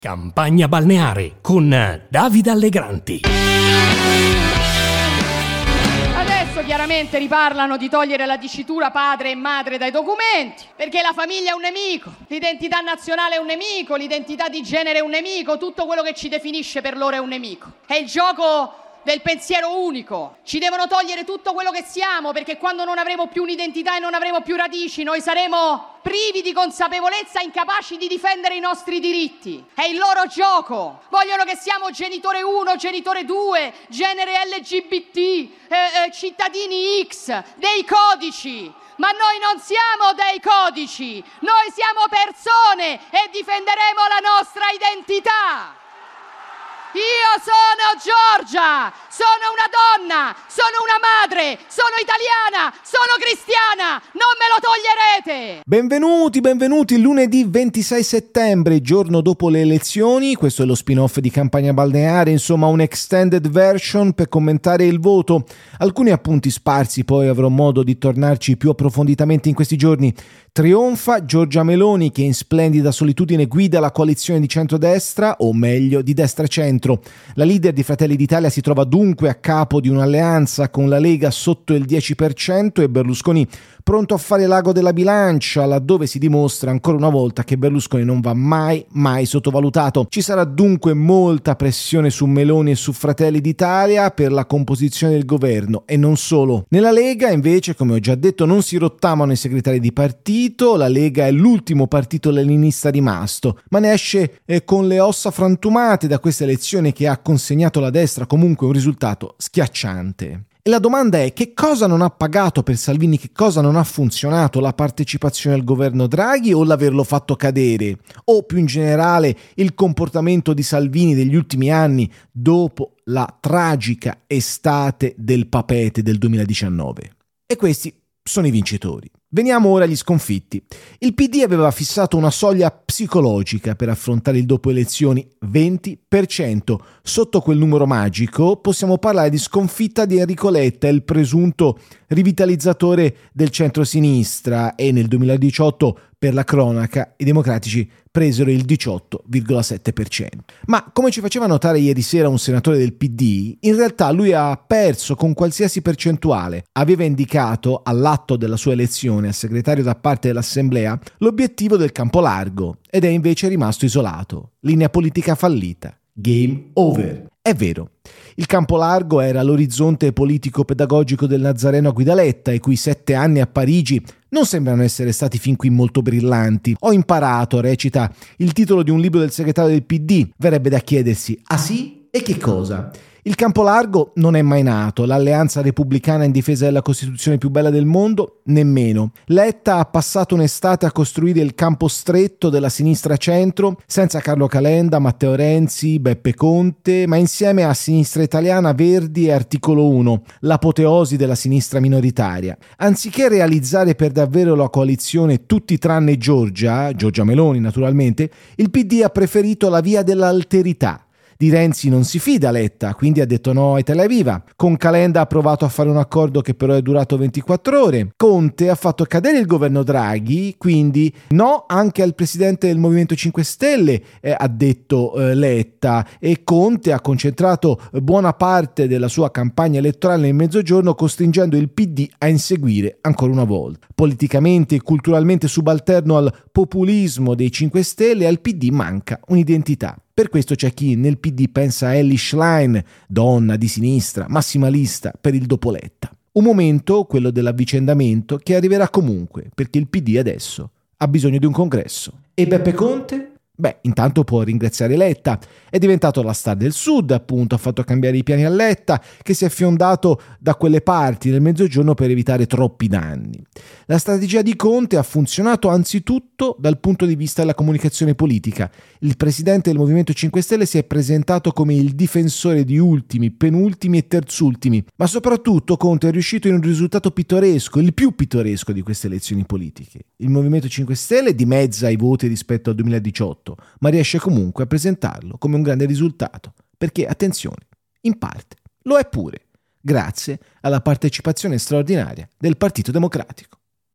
Campagna balneare con Davide Allegranti. Adesso chiaramente riparlano di togliere la dicitura padre e madre dai documenti, perché la famiglia è un nemico, l'identità nazionale è un nemico, l'identità di genere è un nemico, tutto quello che ci definisce per loro è un nemico. È il gioco del pensiero unico. Ci devono togliere tutto quello che siamo, perché quando non avremo più un'identità e non avremo più radici, noi saremo privi di consapevolezza, incapaci di difendere i nostri diritti. È il loro gioco. Vogliono che siamo genitore 1, genitore 2, genere LGBT, cittadini X, dei codici. Ma noi non siamo dei codici, noi siamo persone e difenderemo la nostra identità. Io sono Giorgia, sono una donna, sono una madre, sono italiana, sono cristiana, non me lo toglierete! Benvenuti, lunedì 26 settembre, giorno dopo le elezioni, questo è lo spin-off di Campagna Balneare, insomma un extended version per commentare il voto. Alcuni appunti sparsi, poi avrò modo di tornarci più approfonditamente in questi giorni. Trionfa Giorgia Meloni che in splendida solitudine guida la coalizione di centrodestra, o meglio di destra-centro. La leader di Fratelli d'Italia si trova dunque a capo di un'alleanza con la Lega sotto il 10% e Berlusconi pronto a fare l'ago della bilancia, laddove si dimostra ancora una volta che Berlusconi non va mai sottovalutato. Ci sarà dunque molta pressione su Meloni e su Fratelli d'Italia per la composizione del governo e non solo. Nella Lega invece, come ho già detto, non si rottamano i segretari di partito, la Lega è l'ultimo partito leninista rimasto, ma ne esce con le ossa frantumate da questa elezione che ha consegnato alla destra comunque un risultato schiacciante. E la domanda è: che cosa non ha pagato per Salvini, che cosa non ha funzionato, la partecipazione al governo Draghi o l'averlo fatto cadere? O più in generale il comportamento di Salvini degli ultimi anni dopo la tragica estate del Papete del 2019? E questi sono i vincitori. Veniamo ora agli sconfitti. Il PD aveva fissato una soglia psicologica per affrontare il dopo elezioni, 20%. Sotto quel numero magico possiamo parlare di sconfitta di Enrico Letta, il presunto rivitalizzatore del centro-sinistra, e nel 2018, per la cronaca, i democratici presero il 18,7%. Ma come ci faceva notare ieri sera un senatore del PD, in realtà lui ha perso con qualsiasi percentuale. Aveva indicato all'atto della sua elezione a segretario da parte dell'Assemblea l'obiettivo del campo largo ed è invece rimasto isolato. Linea politica fallita. Game over. È vero. Il campo largo era l'orizzonte politico-pedagogico del Nazareno a guida Letta, i cui 7 anni a Parigi non sembrano essere stati fin qui molto brillanti. Ho imparato, recita il titolo di un libro del segretario del PD. Verrebbe da chiedersi: ah sì? E che cosa? Il campo largo non è mai nato, l'alleanza repubblicana in difesa della Costituzione più bella del mondo nemmeno. Letta ha passato un'estate a costruire il campo stretto della sinistra centro, senza Carlo Calenda, Matteo Renzi, Beppe Conte, ma insieme a Sinistra Italiana, Verdi e Articolo 1, l'apoteosi della sinistra minoritaria. Anziché realizzare per davvero la coalizione tutti tranne Giorgia Meloni naturalmente, il PD ha preferito la via dell'alterità. Di Renzi non si fida Letta, quindi ha detto no a Italia Viva. Con Calenda ha provato a fare un accordo che però è durato 24 ore. Conte ha fatto cadere il governo Draghi, quindi no anche al presidente del Movimento 5 Stelle, ha detto Letta. E Conte ha concentrato buona parte della sua campagna elettorale nel Mezzogiorno, costringendo il PD a inseguire ancora una volta. Politicamente e culturalmente subalterno al populismo dei 5 Stelle, al PD manca un'identità. Per questo c'è chi nel PD pensa a Elly Schlein, donna di sinistra, massimalista per il dopo Letta. Un momento, quello dell'avvicendamento, che arriverà comunque, perché il PD adesso ha bisogno di un congresso. E Beppe Conte? Beh, intanto può ringraziare Letta. È diventato la star del Sud, appunto, ha fatto cambiare i piani a Letta, che si è fiondato da quelle parti del Mezzogiorno per evitare troppi danni. La strategia di Conte ha funzionato anzitutto dal punto di vista della comunicazione politica. Il presidente del Movimento 5 Stelle si è presentato come il difensore di ultimi, penultimi e terzultimi, ma soprattutto Conte è riuscito in un risultato pittoresco, il più pittoresco di queste elezioni politiche. Il Movimento 5 Stelle dimezza i voti rispetto al 2018, ma riesce comunque a presentarlo come un grande risultato, perché, attenzione, in parte lo è pure, grazie alla partecipazione straordinaria del Partito Democratico.